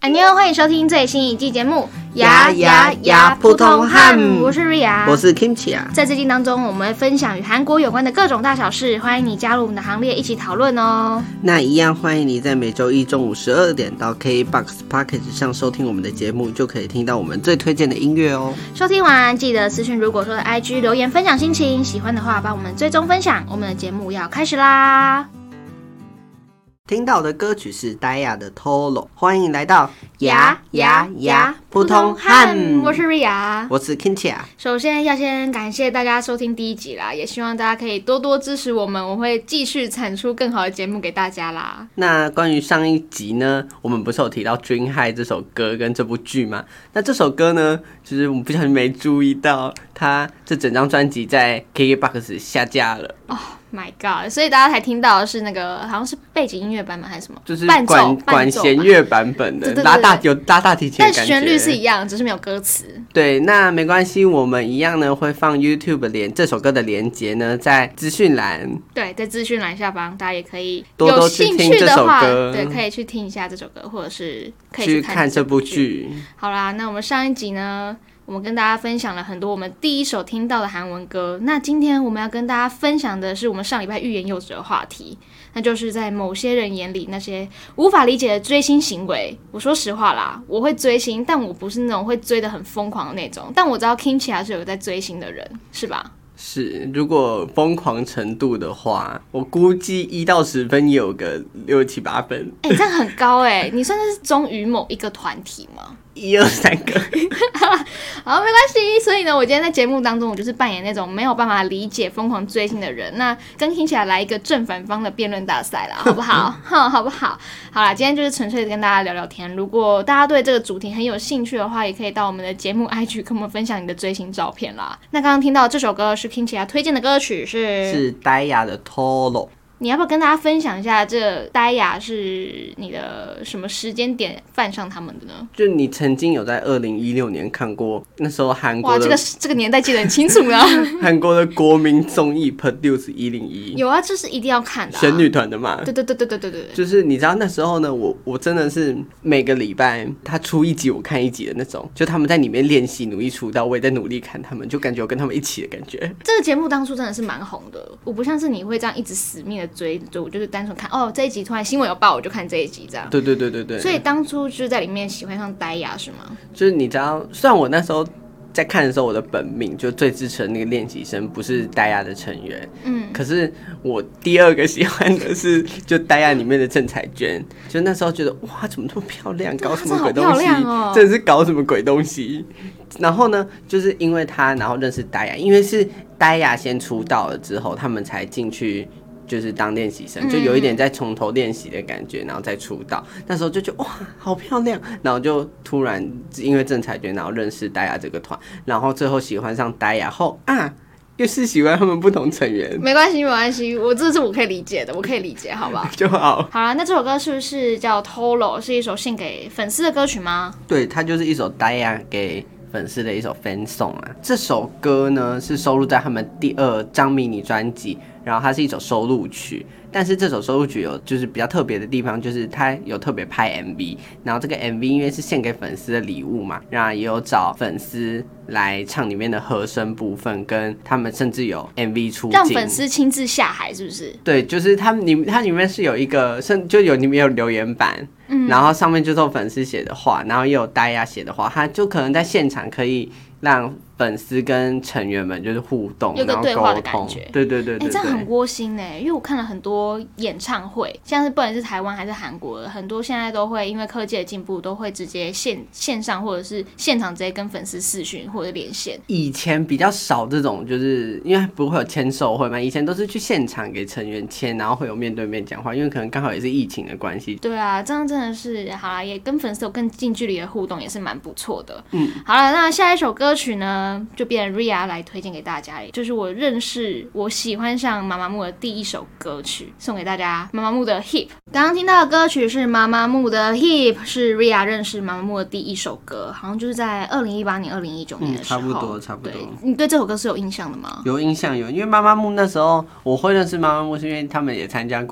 安妞，欢迎收听最新一季节目呀呀呀普通汉， 我是 Ria， 我是 Kimchi 啊。 在这季当中，我们会分享与韩国有关的各种大小事，欢迎你加入我们的行列，一起讨论哦。 那一样欢迎你在每周一中午12点到 KBox Podcast 上收听我们的节目，就可以听到我们最推荐的音乐哦。 收听完记得私讯如果说的 IG 留言分享心情，喜欢的话帮我们追踪分享。我们的节目要开始啦！ 听到的歌曲是 Daya 的 Tolo， 欢迎来到呀呀呀普通汉， 我是 Ria， 我是 Kimchi 啊。 首先要先感谢大家收听第一集啦，也希望大家可以多多支持我们，我会继续产出更好的节目给大家啦。 那关于上一集呢，我们不是有提到《Dream High》这首歌跟这部剧吗？那这首歌呢，就是我们不小心没注意到，它这整张专辑在 KKBOX 下架了。 My God！ 所以大家才听到的是那个好像是背景音乐版本还是什么， 就是管弦乐版本的，拉大提琴的感觉， 但旋律是一样，只是没有歌词。 对，那没关系，我们一样呢会放 YouTube 这首歌的连结呢在资讯栏。 对，在资讯栏下方，大家也可以多多去听这首歌， 对，可以去听一下这首歌，或者是可以去看这部剧。 好啦，那我们上一集呢，我们跟大家分享了很多我们第一首听到的韩文歌。那今天我们要跟大家分享的是我们上礼拜欲言又止的话题，那就是在某些人眼里那些无法理解的追星行为。我说实话啦，我会追星，但我不是那种会追得很疯狂的那种。但我知道 Kimchi 是有在追星的人，是吧？ 是，如果疯狂程度的话，我估计1到10分也有个6、7、8分。 这样很高欸，你算是忠于某一个团体吗 ？1、2、3个好，没关系。所以呢，我今天在节目当中，我就是扮演那种没有办法理解疯狂追星的人，那跟听起来来一个正反方的辩论大赛啦，好不好？好不好？好啦，今天就是纯粹的跟大家聊聊天。如果大家对这个主题很有兴趣的话，也可以到我们的节目 IG 跟我们分享你的追星照片啦。那刚刚听到这首歌是听起来推荐的歌曲是 Daya 的 Tolo。 你要不要跟大家分享一下，这Daya是你的什么时间点犯上他们的呢？ 就你曾经有在2016年看过，那时候韩国的， 哇，这个年代记得很清楚呢。 韩国的国民综艺 Produce 101， 有啊，这是一定要看的、啊。 选女团的嘛。 对。 就是你知道那时候呢，我真的是每个礼拜他出一集我看一集的那种，就他们在里面练习努力出道，我也在努力看他们，就感觉我跟他们一起的感觉。 这个节目当初真的是蛮红的，我不像是你会这样一直死命的追，我就是单纯看这一集突然新闻有报，我就看这一集这样。 对。所以当初就是在里面喜欢上Daya是吗？ 就是你知道，虽然我那时候在看的时候，我的本命就最支持的那个练习生不是Daya的成员，可是我第二个喜欢的是就Daya里面的郑彩娟，就那时候觉得哇，怎么这么漂亮，搞什么鬼东西，真的是搞什么鬼东西。然后呢，就是因为他，然后认识Daya，因为是Daya先出道了之后，他们才进去。就是当练习生，就有一点在从头练习的感觉，然后再出道。那时候就觉得哇，好漂亮，然后就突然因为郑彩娟，然后认识Daya这个团，然后最后喜欢上Daya后又是喜欢他们不同成员。 没关系，这是我可以理解的，我可以理解，好不好？ 就好。 好啦，那这首歌是不是叫 Tolo？ 是一首献给粉丝的歌曲吗？ 对，它就是一首Daya给粉丝的一首 fan song 啊。这首歌呢是收录在他们第2张迷你专辑。然后它是一首收录曲，但是这首收录曲有就是比较特别的地方，就是它有特别拍 MV， 然后这个 MV 因为是献给粉丝的礼物嘛，然后也有找粉丝来唱里面的和声部分，跟他们甚至有 MV 出镜， 让粉丝亲自下海，是不是？ 对，就是它里面是有一个，就里面有留言板，然后上面就是有粉丝写的话，然后也有Daya写的话，他就可能在现场可以让粉丝跟成员们就是互动， 有个对话的感觉。 对， 这样很窝心欸，因为我看了很多演唱会，像是不管是台湾还是韩国的，很多现在都会因为科技的进步，都会直接线上或者是现场直接跟粉丝视讯或者连线。以前比较少这种，就是因为不会有签售会嘛，以前都是去现场给成员签，然后会有面对面讲话，因为可能刚好也是疫情的关系。 对啊，这样真的是好啦，也跟粉丝有更近距离的互动，也是蛮不错的。好了，那下一首歌曲呢，就变成 Ria 来推荐给大家，就是我喜欢上妈妈木的第一首歌曲，送给大家妈妈木的 Hip。刚刚听到的歌曲是妈妈木的 Hip， 是 Ria 认识妈妈木的第一首歌，好像就是在2018年、2019年的时候。 差不多。 你对这首歌是有印象的吗？ 有印象，因为妈妈木那时候我会认识妈妈木，是因为他们也参加过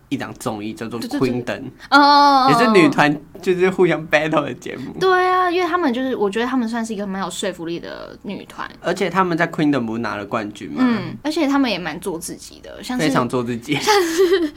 一档综艺叫做 Queendom， 也是女团就是互相 battle 的节目。 对啊，因为他们就是我觉得他们算是一个蛮有说服力的女团， 而且他们在 Queendom 不是拿了冠军嘛， 而且他们也蛮做自己的，像是非常做自己。 像是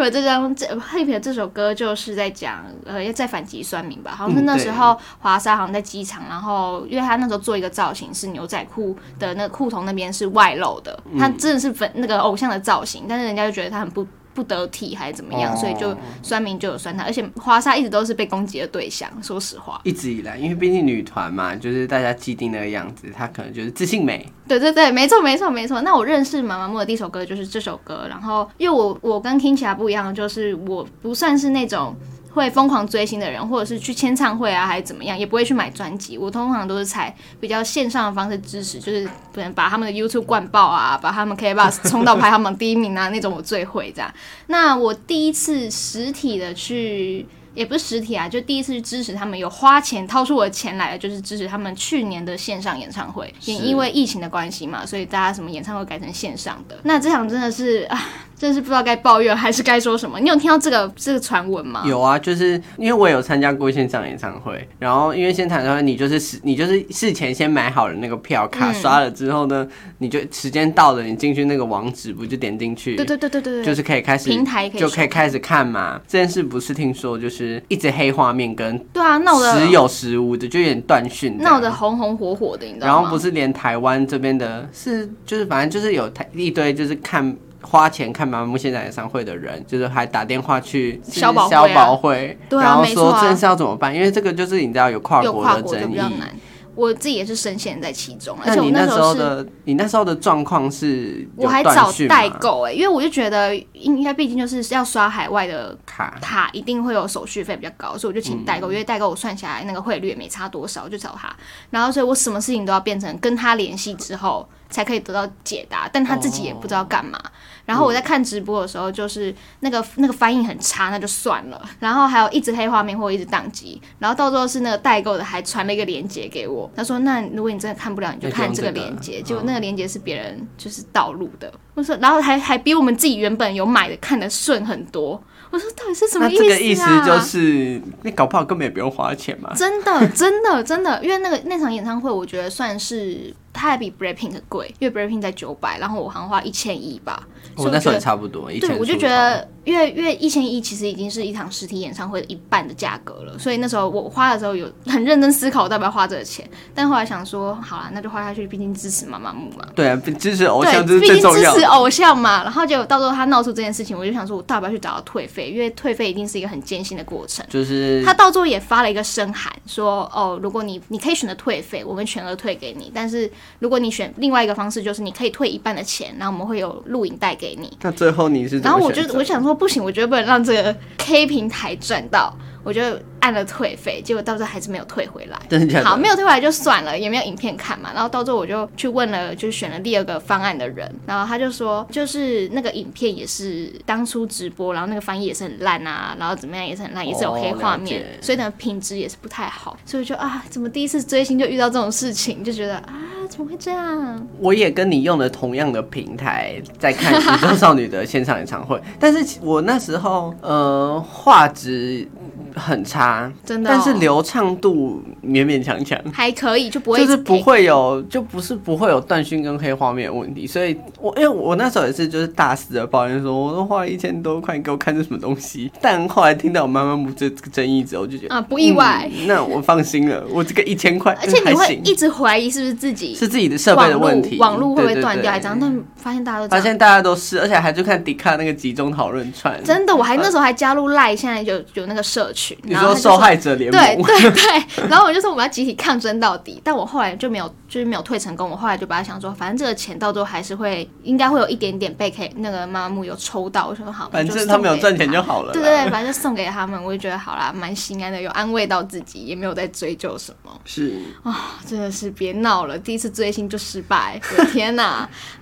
Hip 这首歌就是在讲在反击酸民吧，好像是那时候华莎好像在机场，然后因为他那时候做一个造型是牛仔裤的那个裤头那边是外露的，他真的是那个偶像的造型，但是人家就觉得他很不得体还是怎么样，所以就酸民就有酸他，而且华莎一直都是被攻击的对象。说实话， 一直以来，因为毕竟女团嘛，就是大家既定那个样子，她可能就是自信美。 对对对，没错没错没错。那我认识妈妈木的第一首歌就是这首歌，然后因为我跟 Kincha 不一样，就是我不算是那种会疯狂追星的人，或者是去签唱会啊，还是怎么样，也不会去买专辑。我通常都是采比较线上的方式支持，就是可能把他们的 YouTube 灌爆啊，把他们 KKBOX 冲到排行榜第1名啊，那种我最会这样。那我第一次实体的去。也不是实体啊，就第一次去支持他们，有花钱掏出我的钱来的，就是支持他们去年的线上演唱会。也因为疫情的关系嘛，所以大家什么演唱会改成线上的。那这场真的是真的是不知道该抱怨还是该说什么。你有听到这个传闻吗？ 有啊，就是因为我有参加过线上演唱会，然后因为线上演唱会你就是事前先买好了那个票卡，刷了之后呢，你就时间到了，你进去那个网址不就点进去？对，就是可以开始平台就可以开始看嘛。这件事不是听说就是一直黑画面跟对啊闹得时有时无的，就有点断讯， 闹得红红火火的，你知道吗？ 然后不是连台湾这边的就是反正就是有一堆就是花钱看妈妈木现场演唱会的人，就是还打电话去消保会，然后说这是要怎么办？因为这个就是你知道有跨国的争议， 我自己也是深陷在其中。 那你那时候的状况是我还找代购因为我就觉得应该毕竟就是要刷海外的卡一定会有手续费比较高，所以我就请代购，因为代购我算下来那个汇率也没差多少，我就找他。然后所以我什么事情都要变成跟他联系之后才可以得到解答，但他自己也不知道干嘛。然后我在看直播的时候，就是那个翻译很差，那就算了。然后还有一直黑画面或一直宕机，然后到最后是那个代购的还传了一个链接给我，他说：“那如果你真的看不了，你就看这个链接。”结果那个链接是别人就是盗录的，我说，然后还比我们自己原本有买的看得顺很多。我说到底是什么意思啊？ 那这个意思就是你搞不好根本也不用花钱嘛。 真的，因为那场演唱会，我觉得算是它还比 Blackpink 贵，因为 Blackpink 在900，然后我好像花1100吧。 我那时候也差不多1000。 对，我就觉得因为1100其实已经是一场实体演唱会的一半的价格了，所以那时候我花的时候有很认真思考要不要花这个钱，但后来想说，好啦，那就花下去，毕竟支持妈妈木嘛。 对啊，支持偶像就是最重要的。 毕竟支持偶像嘛。然后结果到时候他闹出这件事情，我就想说，我到底要不要去找他退费？因为退费一定是一个很艰辛的过程。就是他到最后也发了一个声函，说如果你可以选择退费，我们全额退给你，但是如果你选另外一个方式，就是你可以退一半的钱，然后我们会有录影带给你。 那最后你是怎么选择？ 然后我就想说，不行，我绝对不能让这个 K 平台赚到，我就按了退费，结果到最后还是没有退回来。 真的假的？ 好，没有退回来就算了，也没有影片看嘛。然后到最后我就去问了，就是选了第2个方案的人，然后他就说，就是那个影片也是当初直播，然后那个翻译也是很烂啊，然后怎么样也是很烂，也是有黑画面，所以呢品质也是不太好。所以我就怎么第一次追星就遇到这种事情，就觉得怎么会这样？ 我也跟你用了同样的平台在看宇宙少女的线上演唱会，但是我那时候画质很差，真的但是流畅度勉勉强强， 还可以，就不会就是不会有，就不会有断讯跟黑画面的问题。所以因为我那时候也是就是大肆的抱怨说，我都花了1000多块，你给我看这什么东西？但后来听到我妈妈这个争议之后，我就觉得不意外， 那我放心了，我这个1000块， 而且你会一直怀疑是不是自己的设备的问题， 网络会不会断掉还这样？但发现大家都是， 而且还去看迪卡那个集中讨论串， 真的，我还那时候还加入 LINE， 现在有那个社群， 你说受害者联盟， 对，然后我就说我们要集体抗争到底，但我后来就没有退成功，我后来就把它想说，反正这个钱到最后还是应该会有一点点被那个妈妈木有抽到，我说好， 反正他们有赚钱就好了， 对，反正就送给他们，我就觉得好啦，蛮心安的，有安慰到自己，也没有在追究什么， 是真的是别闹了，第一次追星就失败，我的天哪！好啦，因为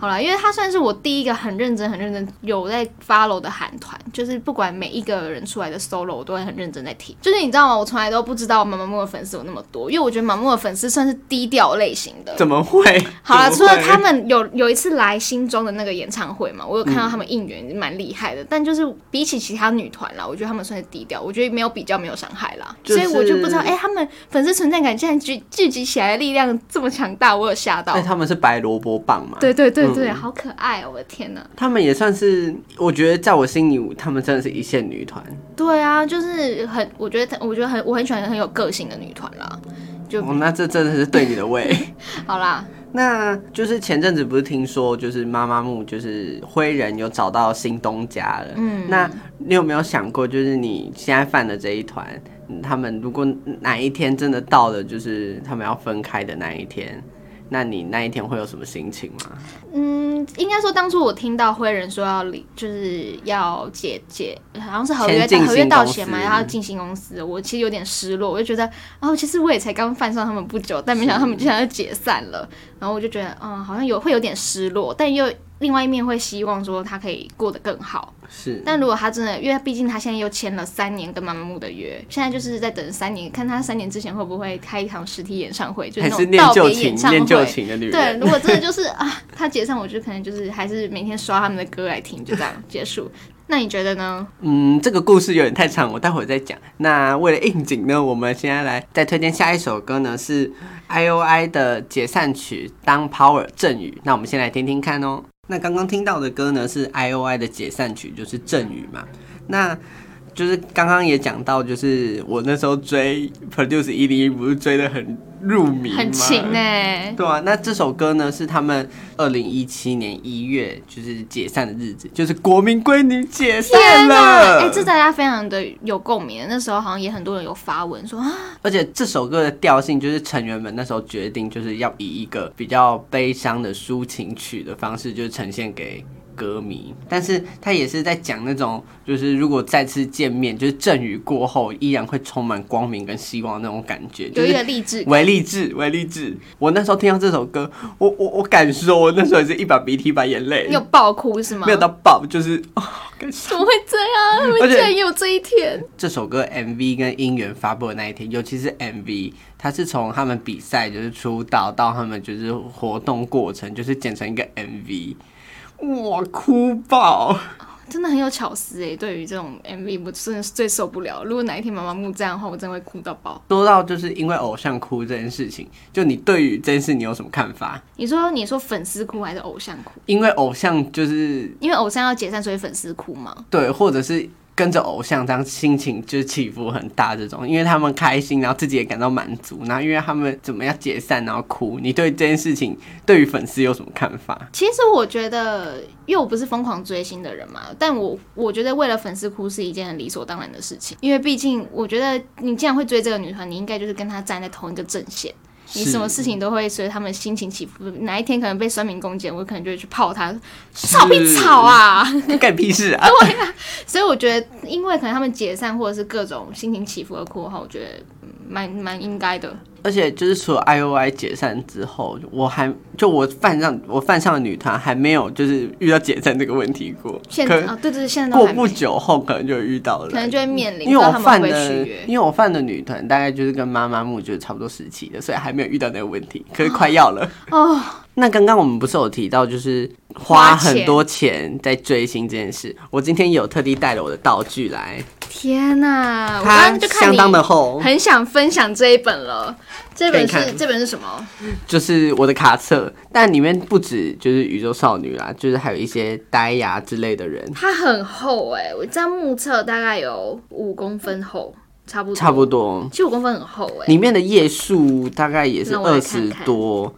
他算是我第一个很认真有在 follow 的韩团，就是不管每一个人出来的 solo 我都会很认真在听。就是你知道吗？我从来都不知道妈妈木的粉丝有那么多，因为我觉得妈妈木的粉丝算是低调类型的。 怎么会？ 好了，除了他们有一次来新庄的那个演唱会嘛，我有看到他们应援蛮厉害的，但就是比起其他女团啦，我觉得他们算是低调，我觉得没有比较没有伤害啦，所以我就不知道他们粉丝存在感竟然聚集起来的力量这么强大，我有吓到。 他们是白萝卜棒嘛？ 对，好可爱哦！我的天哪， 他们也算是，我觉得在我心里，他们真的是一线女团。 对啊，就是我觉得我很喜欢很有个性的女团啦。 那这真的是对你的胃。 好啦， 那就是前阵子不是听说，就是妈妈木就是辉人有找到新东家了。那你有没有想过，就是你现在犯的这一团，他们如果哪一天真的到了，就是他们要分开的那一天，那你那一天会有什么心情吗？ 应该说当初我听到辉人说就是要解，好像是合约到期嘛，然后进新公司，我其实有点失落，我就觉得其实我也才刚犯上他们不久，但没想到他们竟然要解散了，然后我就觉得好像会有点失落，但又另外一面会希望说他可以过得更好。 是， 但如果他真的，因为毕竟他现在又签了3年跟妈妈木的约，现在就是在等3年，看他3年之前会不会开一场实体演唱会，就是那种道别演唱会。 念旧情的女人。 对，如果真的就是他解散，我觉得可能就是还是每天刷他们的歌来听，就这样结束。那你觉得呢？这个故事有点太长，我待会儿再讲。那为了应景呢，我们现在来再推荐下一首歌呢，是 IOI 的解散曲《当 Power》阵雨。那我们先来听听看哦。那刚刚听到的歌呢是 IOI 的解散曲，就是阵雨嘛。那就是刚刚也讲到，就是我那时候追 Produce 101不是追得很入迷吗？ 很勤欸。 对啊，那这首歌呢是他们2017年1月就是解散的日子，就是国民闺女解散了。 这大家非常的有共鸣。那时候好像也很多人有发文说而且这首歌的调性就是成员们那时候决定就是要以一个比较悲伤的抒情曲的方式，就是呈现给歌迷，但是他也是在讲那种，就是如果再次见面，就是阵雨过后，依然会充满光明跟希望的那种感觉， 有一个励志， 为励志。我那时候听到这首歌，我敢说，我那时候也是一把鼻涕一把眼泪。 你有爆哭是吗？ 没有到爆，就是怎么会这样？他们竟然也有这一天。 这首歌 MV 跟音源发布的那一天，尤其是 MV， 它是从他们比赛就是出道到他们就是活动过程，就是剪成一个 MV。哇，哭爆！ 真的很有巧思哎，对于这种 MV 我真的是最受不了。如果哪一天妈妈木这样的话，我真的会哭到爆。 说到就是因为偶像哭这件事情，就你对于这件事你有什么看法？ 你说粉丝哭还是偶像哭？ 因为偶像就是因为偶像要解散，所以粉丝哭吗？ 对，或者是跟着偶像这样心情就是起伏很大这种，因为他们开心，然后自己也感到满足，然后因为他们怎么样解散然后哭，你对这件事情对于粉丝有什么看法？ 其实我觉得，因为我不是疯狂追星的人嘛，但我觉得为了粉丝哭是一件很理所当然的事情，因为毕竟我觉得你既然会追这个女团，你应该就是跟她站在同一个阵线。你什么事情都会随着他们心情起伏，哪一天可能被酸民攻击，我可能就会去泡他，吵屁吵啊， 干屁事啊！ 对啊，所以我觉得，因为可能他们解散或者是各种心情起伏的哭后，我觉得蛮应该的。 而且就是除了 IOI 解散之后，我犯上的女团还没有就是遇到解散这个问题过。 对，现在都过不久后可能就遇到了， 可能就会面临。 因为我犯的女团大概就是跟妈妈木就是差不多时期的，所以还没有遇到那个问题，可是快要了哦。那刚刚我们不是有提到就是花很多钱在追星这件事，我今天有特地带了我的道具来。 天哪，我刚刚就看相当的厚， 很想分享这一本了。这本是什么？ 就是我的卡册，但里面不止就是宇宙少女啦，就是还有一些呆牙之类的人。 它很厚我这样目测大概有5公分厚，差不多。其实5公分很厚里面的页数大概也是20多。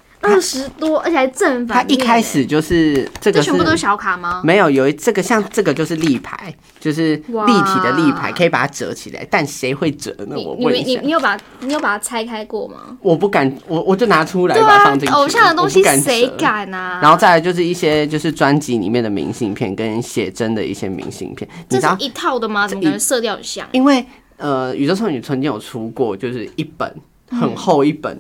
20多，而且还正反面。 它一开始就是这全部都是小卡吗？ 没有这个像这个就是立牌，就是立体的立牌，可以把它折起来。但谁会折呢？我问一下。 你有把它拆开过吗？ 我不敢，我就拿出来把它放进去。 偶像的东西谁敢啊？ 然后再来就是一些就是专辑里面的明信片跟写真的一些明信片。 这是一套的吗？怎么感觉色调很像？ 因为宇宙少女曾经有出过就是一本很厚一本的。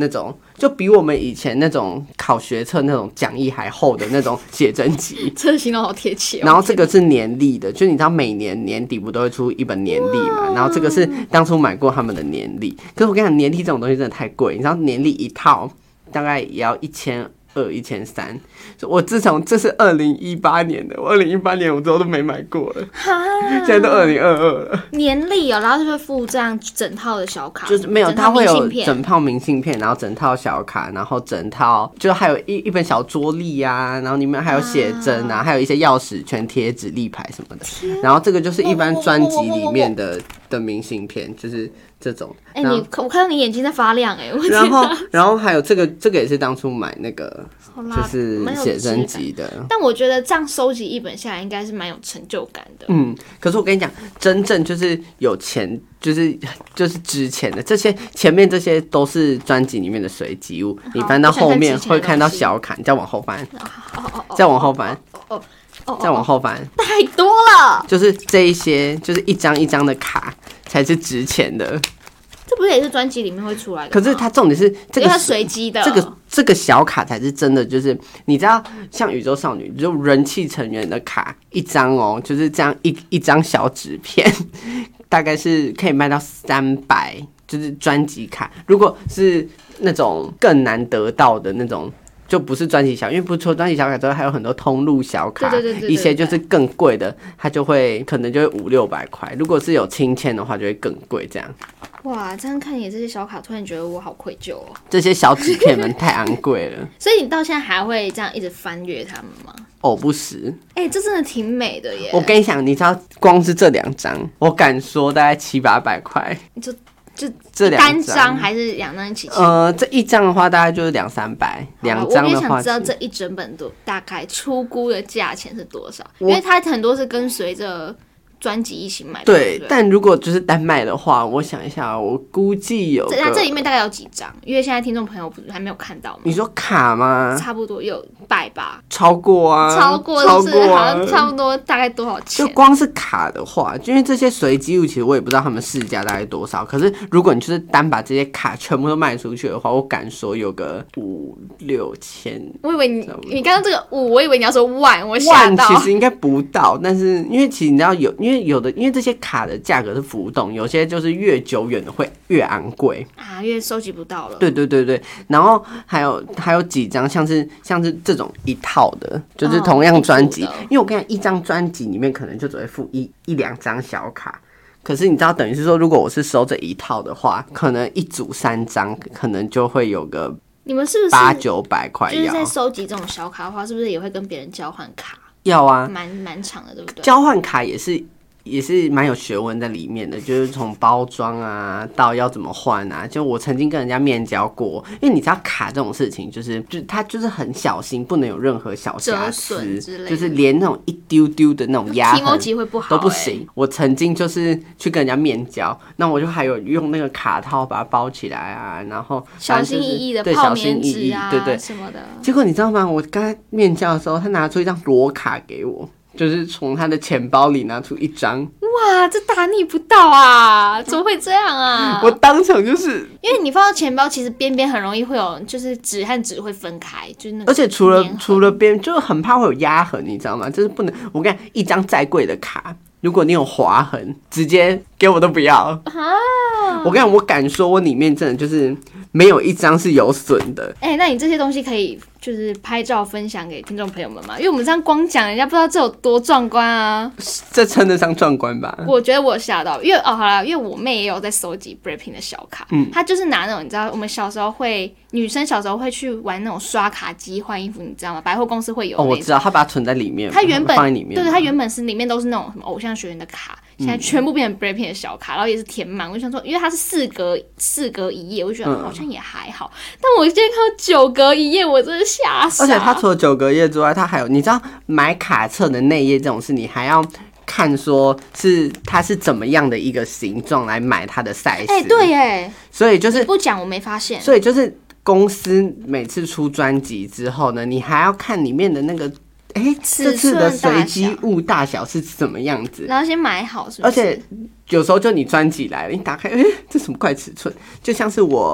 那种，就比我们以前那种考学测那种讲义还厚的那种写真集。 这个形容好贴切哦。 然后这个是年历的，就你知道每年年底不都会出一本年历嘛？然后这个是当初买过他们的年历。可是我跟你讲，年历这种东西真的太贵，你知道年历一套大概也要1200、1300。我自从这是2018年的，我2018年我之后都没买过了，现在都2022了。 年历哦，然后就会附这样整套的小卡， 就是没有，它会有整套明信片，然后整套小卡，然后整套就还有一本小桌历啊，然后里面还有写真啊，还有一些钥匙圈、贴纸、立牌什么的。然后这个就是一般专辑里面的明信片，就是这种。 我看到你眼睛在发亮然后还有这个也是当初买那个就是写真集的。 但我觉得这样收集一本下来应该是蛮有成就感的。 可是我跟你讲，真正就是有钱，就是值钱的，这些前面这些都是专辑里面的随机物。你翻到后面会看到小卡，你再往后翻，再往后翻。再往后翻， 太多了。 就是这一些，就是一张一张的卡才是值钱的。 这不是也是专辑里面会出来的吗？ 可是它重点是这个它随机的， 这个小卡才是真的，就是你知道，像宇宙少女就人气成员的卡一张哦，就是这样一张小纸片，大概是可以卖到300，就是专辑卡。如果是那种更难得到的那种。就不是专辑小，因为不是除了专辑小卡之外，还有很多通路小卡， 对， 一些就是更贵的，它就会可能就会500-600块。如果是有亲签的话，就会更贵这样。 哇，这样看你这些小卡，突然觉得我好愧疚哦。 这些小纸片们太昂贵了， 所以你到现在还会这样一直翻阅它们吗？ 偶不时。 这真的挺美的耶！ 我跟你讲，你知道光是这2张，我敢说大概700-800块。 就这单张还是2张一起？ 这一张的话大概就是200-300，2张的话。 我也想知道这一整本都大概出估的价钱是多少，因为它很多是跟随着专辑一起买。 对，但如果就是单卖的话，我想一下，我估计有这里面大概有几张？因为现在听众朋友还没有看到嘛。 你说卡吗？ 差不多有100吧。 超过啊！ 超过就是好像差不多大概多少钱？ 就光是卡的话，因为这些随机物其实我也不知道他们市价大概多少。可是如果你就是单把这些卡全部都卖出去的话，我敢说有个5-6千。 我以为你刚刚这个我以为你要说万，我吓到。 万其实应该不到，但是因为其实你知道因为这些卡的价格是浮动，有些就是越久远的会越昂贵啊，越收集不到了。 对，然后还有几张像是这种一套的，就是同样专辑，因为我跟你讲，一张专辑里面可能就只会附1-2张小卡。可是你知道，等于是说，如果我是收这一套的话，可能一组3张，可能就会有个你们是不是 800-900块？ 就是在收集这种小卡的话，是不是也会跟别人交换卡？ 要啊， 蛮长的，对不对？ 交换卡也是蛮有学问在里面的，就是从包装啊到要怎么换啊，就我曾经跟人家面交过，因为你知道卡这种事情，就是它就是很小心，不能有任何小瑕疵，就是连那种一丢丢的那种压痕都不行。我曾经就是去跟人家面交，那我就还有用那个卡套把它包起来啊，然后小心翼翼的泡棉纸啊，对什么的。 结果你知道吗？我跟他面交的时候，他拿出一张裸卡给我。就是从他的钱包里拿出1张， 哇，这打你不到啊！怎么会这样啊？ 我当场就是， 因为你放到钱包，其实边边很容易会有，就是纸和纸会分开，就是那个。 而且除了边，就很怕会有压痕，你知道吗？就是不能，我跟你讲，一张再贵的卡，如果你有划痕，直接给我都不要啊！我跟你讲，我敢说，我里面真的就是没有一张是有损的。 那你这些东西可以就是拍照分享给听众朋友们嘛？因为我们这样光讲，人家不知道这有多壮观啊！ 这称得上壮观吧？ 我觉得我吓到，因为好啦，因为我妹也有在收集 BLACKPINK 的小卡，她就是拿那种你知道，我们小时候女生小时候会去玩那种刷卡机换衣服，你知道吗？百货公司会有。 我知道，她把它存在里面， 她原本放在里面， 对，她原本是里面都是那种什么偶像学员的卡。现在全部变成 BLACKPINK 的小卡，然后也是填满。我就想说，因为它是四格1页，我就觉得好像也还好。但我今天看到9格1页，我真的吓傻。 而且它除了9格页之外，它还有你知道买卡册的内页这种事，你还要看说它是怎么样的一个形状来买它的 size。 对耶。 所以就是你不讲我没发现。 所以就是公司每次出专辑之后呢，你还要看里面的那个。这次的随机物大小是什么样子？ 然后先买好，是不是？ 而且有时候就你专辑来了，你打开，这什么怪尺寸？就像是我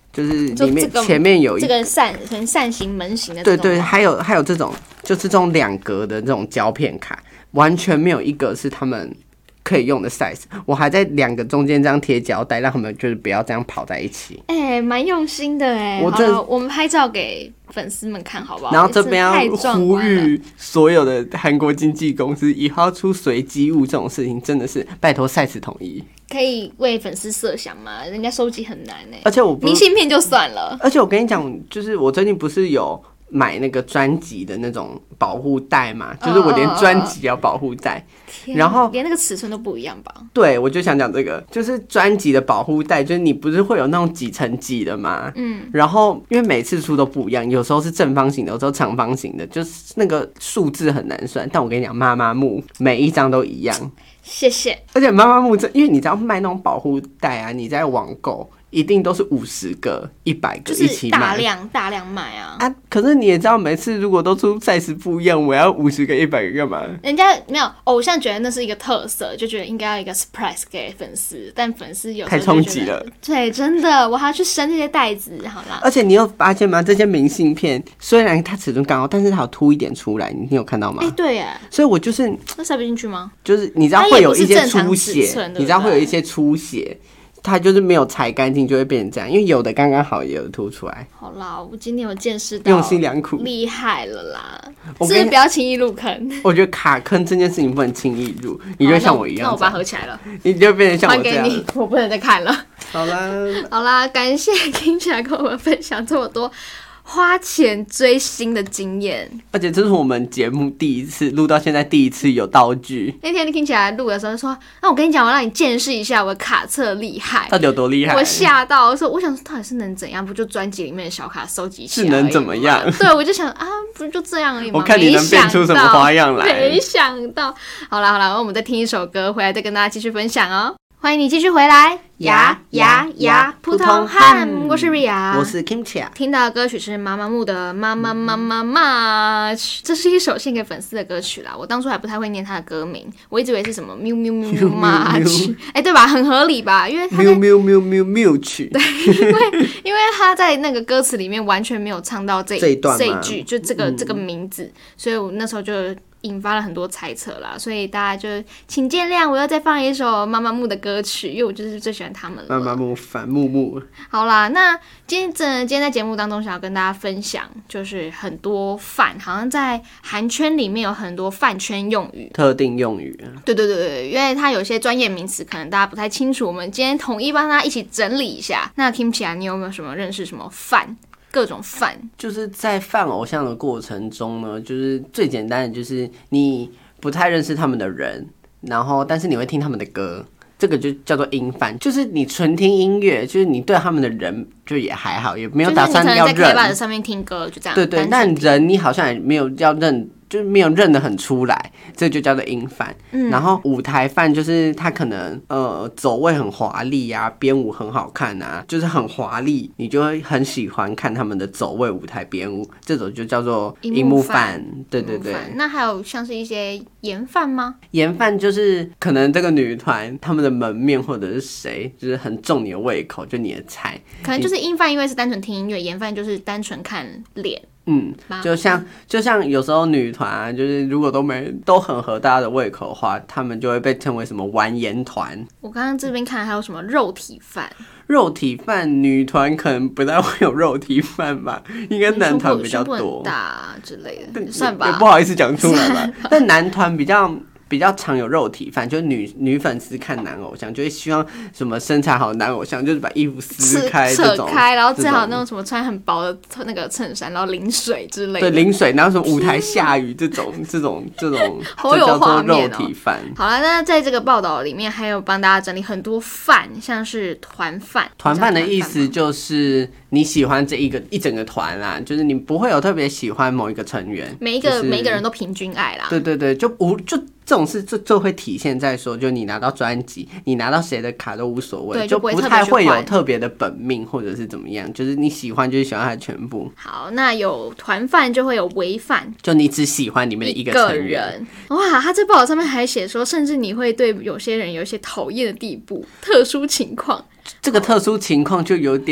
就是里面前面有一这个扇形门形的这种， 对对，还有这种就是这种2格的这种胶片卡，完全没有一个是他们可以用的 size， 我还在2个中间这样贴胶带，让他们就是不要这样跑在一起。 蛮用心的我们拍照给粉丝们看好不好？ 然后这边要呼吁所有的韩国经纪公司，以后要出随机物这种事情，真的是拜托size统一。 可以为粉丝设想吗？人家收集很难而且明信片就算了。 而且我跟你讲，就是我最近不是有买那个专辑的那种保护带嘛，就是我连专辑要保护带，然后连那个尺寸都不一样吧？ 对，我就想讲这个，就是专辑的保护带，就是你不是会有那种几乘几的吗？然后因为每次出都不一样，有时候是正方形的，有时候长方形的，就是那个数字很难算。但我跟你讲，妈妈木每一张都一样。 谢谢。 而且妈妈木因为你知道卖那种保护带啊，你在网购一定都是50个、100个一起卖， 就是大量卖啊！ 可是你也知道，每次如果都出 size 不一样，我要50个、100个干嘛？ 人家没有偶像觉得那是一个特色，就觉得应该要一个 surprise 给粉丝，但粉丝有时候太冲击了。 对，真的，我还要去升这些袋子，好啦。 而且你有发现吗？这些明信片虽然它尺寸刚好，但是它有凸一点出来，你有看到吗？ 对耶。 所以我就是那塞不进去吗？ 就是你知道会有一些出血，你知道会有一些出血。它就是没有裁干净，就会变成这样。因为有的刚刚好，也有凸出来。 好啦，我今天有见识到， 用心良苦， 厉害了啦！是不是不要轻易入坑？ 我觉得卡坑这件事情不能轻易入，你就像我一样。 那我把它合起来了， 你就变成像我这样。 还给你，我不能再看了。 好啦， 好啦，感谢听起来跟我们分享这么多花钱追星的经验， 而且这是我们节目第一次录到现在第一次有道具。 那天听起来录的时候说，那我跟你讲，我让你见识一下我的卡册厉害， 到底有多厉害？ 我吓到，我想说到底是能怎样？不就专辑里面的小卡收集起来， 是能怎么样？ 对，我就想啊，不就这样而已吗？ 我看你能变出什么花样来？ 没想到。好啦，那我们再听一首歌，回来再跟大家继续分享哦。欢迎你继续回来，呀呀呀，普通汉，我是 Ria， 我是 Kimchi。 听到的歌曲是妈妈木的妈妈妈妈妈，这是一首献给粉丝的歌曲啦。我当初还不太会念它的歌名，我一直以为是什么喵喵喵喵妈曲，对吧？很合理吧？因为它喵喵喵喵喵曲， 对，因为他在那个歌词里面完全没有唱到这一句，就这个名字，所以我那时候就引发了很多猜测啦，所以大家就请见谅，我要再放一首妈妈木的歌曲，因为我就是最喜欢他们了。 妈妈木反木木。 好啦，那今天在节目当中想要跟大家分享，就是很多饭，好像在韩圈里面有很多饭圈用语， 特定用语。 对，因为它有些专业名词可能大家不太清楚，我们今天统一帮大家一起整理一下。那 Kimchi 啊，你有没有什么认识什么饭？各种饭，就是在饭偶像的过程中呢，就是最简单的，就是你不太认识他们的人，然后但是你会听他们的歌，这个就叫做音饭，就是你纯听音乐，就是你对他们的人就也还好，也没有打算要认。 就是你可能在 KBox 上面听歌就这样。 对，但人你好像也没有要认。就是没有认得很出来，这就叫做音范。然后舞台范就是他可能走位很华丽啊，编舞很好看啊，就是很华丽，你就会很喜欢看他们的走位舞台编舞，这种就叫做荧幕范。对。 那还有像是一些颜范吗？ 颜范就是可能这个女团他们的门面或者是谁，就是很中你的胃口，就你的菜。 可能就是音范，因为是单纯听音乐，颜范就是单纯看脸。 就像有时候女团啊，就是如果都很合大家的胃口的话，他们就会被称为什么完颜团。 我刚刚这边看还有什么肉体饭， 肉体饭女团可能不太会有肉体饭吧，应该男团比较多， 胸部很大之类的，算吧， 也不好意思讲出来吧。但男团比较常有肉体饭，就女粉丝看男偶像就会希望什么身材好的男偶像，就是把衣服撕开这种， 扯开，然后最好那种什么穿很薄的那个衬衫，然后淋水之类的。 对，淋水，然后什么舞台下雨这种， 好有画面肉体饭。 好了，那在这个报道里面还有帮大家整理很多饭，像是团饭。 团饭的意思就是你喜欢这一整个团啦，就是你不会有特别喜欢某一个成员， 每一个人都平均爱啦。 对，就这种事就会体现在说，就你拿到专辑，你拿到谁的卡都无所谓，就不太会有特别的本命或者是怎么样，就是你喜欢就是喜欢他的全部。 好，那有团饭就会有唯饭， 就你只喜欢里面的一个成员。 哇，他这报道上面还写说，甚至你会对有些人有一些讨厌的地步，特殊情况。 这个特殊情况就有点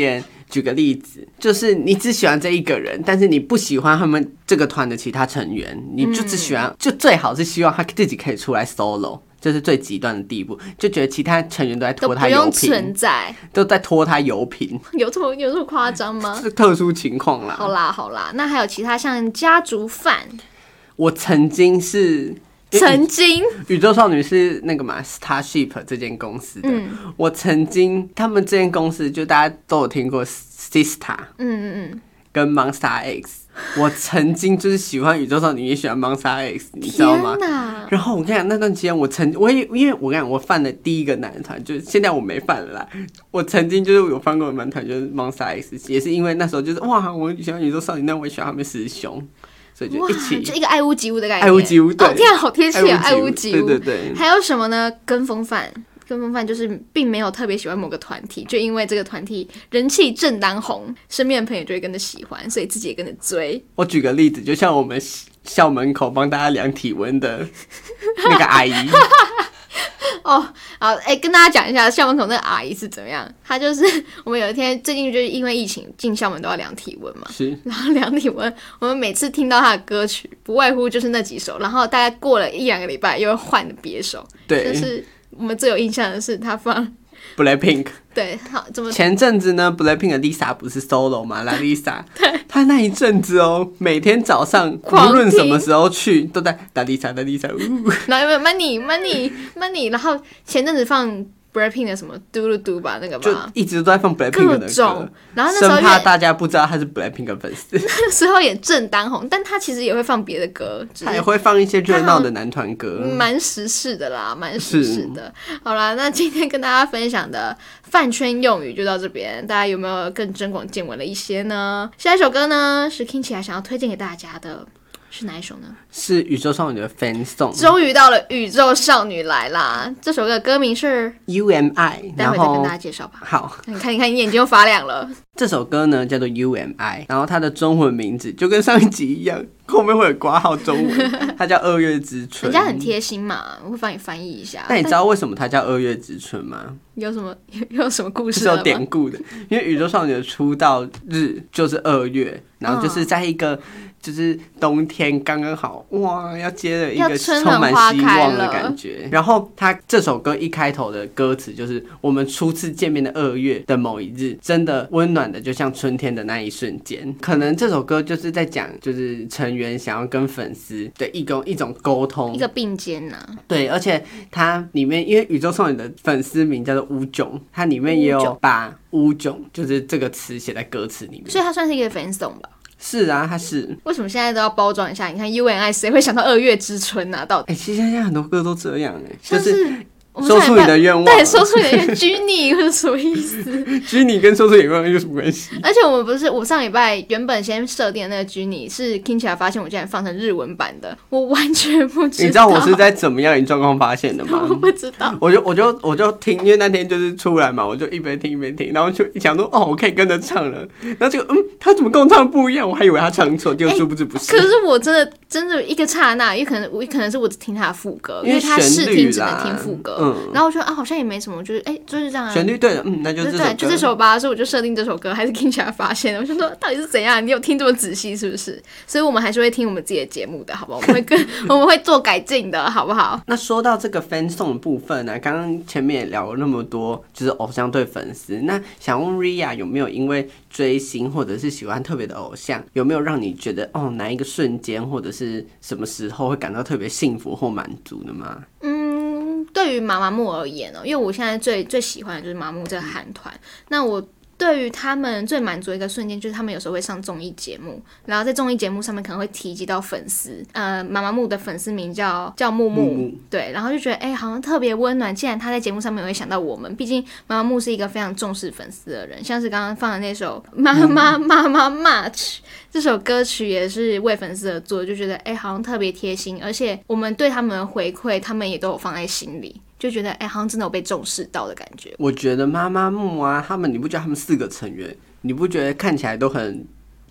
举个例子，就是你只喜欢这一个人，但是你不喜欢他们这个团的其他成员，你就只喜欢，就最好是希望他自己可以出来 solo。这是最极端的地步，就觉得其他成员都在拖他油瓶， 都不用存在， 都在拖他油瓶， 有这么夸张吗？ 是特殊情况啦。 好啦，那还有其他像家族饭， 我曾经宇宙少女是那个嘛 Starship 这间公司的，我曾经他们这间公司就大家都有听过 Sistar， 跟 Monster X。我曾经就是喜欢宇宙少女，也喜欢 Monster X， 你知道吗？然后我跟你讲，那段期间因为我跟你讲，我犯了第一个男团，就是现在我没犯了啦。我曾经就是有犯过的男团，就是 Monster X， 也是因为那时候就是哇，我喜欢宇宙少女，那我也喜欢他们师兄，所以就一起， 就一个爱屋及乌的概念。 爱屋及乌，对， 哦，天啊，好贴切啊，爱屋及乌， 对。 还有什么呢？跟风饭就是并没有特别喜欢某个团体，就因为这个团体人气正当红，身边的朋友就会跟着喜欢，所以自己也跟着追。 我举个例子，就像我们校门口帮大家量体温的那个阿姨。 哦，好，跟大家讲一下校门口那个阿姨是怎么样。她就是我们有一天最近就是因为疫情进校门都要量体温嘛， 是， 然后量体温，我们每次听到她的歌曲，不外乎就是那几首，然后大概过了1-2个礼拜又会换别首， 对， 就是我们最有印象的是她放 Blackpink， 对，好，怎么前阵子呢 Blackpink 的 Lisa 不是 solo 吗？啦 Lisa， 她那一阵子哦，每天早上无论什么时候去，都在啦 Lisa， 然后有没有 money， 然后前阵子放 Blackpink 的什么嘟噜嘟吧，那个吧， 就一直都在放 Blackpink 的歌， 然后那时候生怕大家不知道他是 Blackpink 的粉丝。 那时候也正当红，但他其实也会放别的歌， 他也会放一些热闹的男团歌， 蛮时事的啦，蛮时事的。好啦，那今天跟大家分享的饭圈用语就到这边，大家有没有更增广见闻的一些呢？下一首歌呢是听起来想要推荐给大家的。是哪一首呢？ 是宇宙少女的 fan song。 终于到了宇宙少女来啦！这首歌的歌名是 UMI， 待会再跟大家介绍吧。 好， 你看，你眼睛又发亮了。 这首歌呢叫做 UMI， 然后它的中文名字就跟上一集一样，后面会有括号中文，它叫2月之春。 人家很贴心嘛，我会帮你翻译一下。 那你知道为什么它叫2月之春吗？ 有什么故事？ 是有典故的，因为宇宙少女的出道日就是2月，然后就是在一个就是冬天刚刚好，哇，要接了一个充满希望的感觉。然后他这首歌一开头的歌词就是我们初次见面的2月的某一日，真的温暖的就像春天的那一瞬间。可能这首歌就是在讲，就是成员想要跟粉丝的一种沟通， 一个并肩呐。 对，而且它里面因为宇宙少女的粉丝名叫做乌囧，它里面也有把乌囧就是这个词写在歌词里面， 所以它算是一个 fan song 吧。 是啊，它是。为什么现在都要包装一下？你看 UNI 谁会想到2月之春啊？到底？ 其实现在很多歌都这样就是说出你的愿望， 对，说出你的愿望，居你是什么意思？ 居你跟说出你的愿望有什么关系？ 而且我上礼拜原本先设定的那个居你是听起来发现我竟然放成日文版的，我完全不知道。 你知道我是在怎么样的状况发现的吗？ 我不知道。 我就听，因为那天就是出来嘛，我就一边听一边听，然后就想说我可以跟着唱了。然后这个他怎么跟我唱不一样？我还以为他唱错，结果殊不知不是。 可是我真的一个刹那，也可能是我只听他的副歌，因为他试听只能听副歌。然后我觉得好像也没什么，就是就是这样。 旋律对了，那就是这首歌。 对，就这首吧，所以我就设定这首歌，还是听起来发现的。我就说到底是怎样？你有听这么仔细是不是？所以我们还是会听我们自己的节目的，好不好？我们会做改进的，好不好？ 那说到这个 fan song 的部分呢，刚刚前面也聊了那么多，就是偶像对粉丝。那想问 Ria 有没有因为追星或者是喜欢特别的偶像，有没有让你觉得哪一个瞬间或者是什么时候会感到特别幸福或满足的吗？ 对于妈妈木而言因为我现在最喜欢的就是妈妈木这个韩团，那我对于他们最满足的一个瞬间，就是他们有时候会上综艺节目，然后在综艺节目上面可能会提及到粉丝，妈妈木的粉丝名叫木木，对，然后就觉得好像特别温暖。既然他在节目上面会想到我们，毕竟妈妈木是一个非常重视粉丝的人，像是刚刚放的那首妈妈 Much 这首歌曲也是为粉丝而做，就觉得好像特别贴心，而且我们对他们的回馈，他们也都有放在心里。就觉得好像真的有被重视到的感觉。 我觉得妈妈木啊，你不觉得他们4个成员，你不觉得看起来都很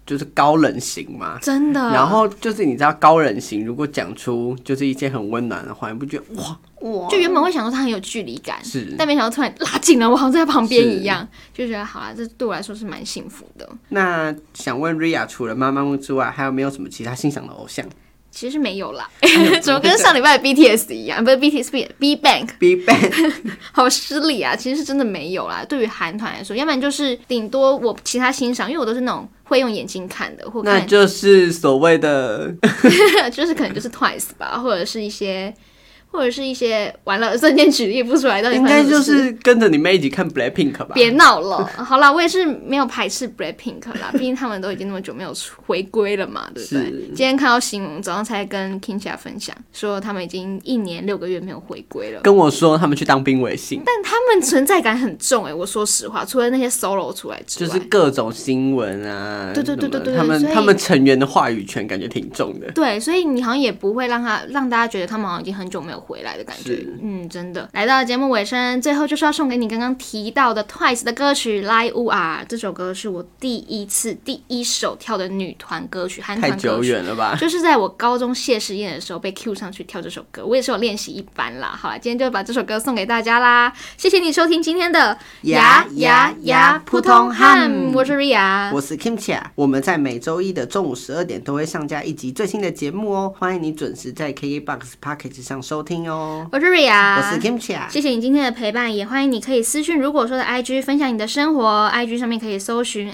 就是高冷型嘛， 真的。 然后就是你知道高冷型如果讲出就是一些很温暖的话，你不觉得哇？ 就原本会想说他很有距离感， 是， 但没想到突然拉近了，我好像在旁边一样，就觉得好啦，这对我来说是蛮幸福的。 那想问 Ria， 除了妈妈木之外，还有没有什么其他欣赏的偶像？ 其实没有啦，怎么跟上礼拜的 BTS 一样？不是 BTS，BigBang，好失礼啊！其实是真的没有啦。对于韩团来说，要不然就是顶多我其他欣赏，因为我都是那种会用眼睛看的，或看那就是所谓的， 就是可能就是 Twice 吧，或者是一些完了，瞬间举例不出来，到底应该就是跟着你妹一起看 Blackpink 吧？ 别闹了，好啦，我也是没有排斥 Blackpink 啦，毕竟他们都已经那么久没有回归了嘛，对不对？今天看到新闻，早上才跟 Kincha 分享，说他们已经1年6个月没有回归了， 跟我说他们去当兵卫星， 但他们存在感很重我说实话，除了那些 solo 出来之外， 就是各种新闻啊， 对， 他们成员的话语权感觉挺重的， 对，所以你好像也不会让大家觉得他们好像已经很久没有回来的感觉。真的。来到节目尾声，最后就是要送给你刚刚提到的 Twice 的歌曲《Like U R》。这首歌是我第一首跳的女团歌曲，韩团歌曲， 太久远了吧？ 就是在我高中谢师宴的时候被 Q 上去跳这首歌，我也是有练习一番啦。好啦，今天就把这首歌送给大家啦，谢谢你收听今天的呀普通汉，我是 Ria， 我是 Kimcha， 我们在每周一的中午12点都会上架一集最新的节目哦，欢迎你准时在 KKBOX、Podcast 上收听哦。 我是 Ria， 我是 Kimcha， 谢谢你今天的陪伴，也欢迎你可以私讯如果说的 IG 分享你的生活 ，IG 上面可以搜寻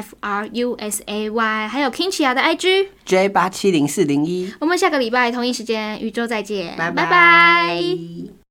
IFRUSAY， 还有 Kimcha 的 IG J870401。 我们下个礼拜同一时间宇宙再见， 拜拜拜。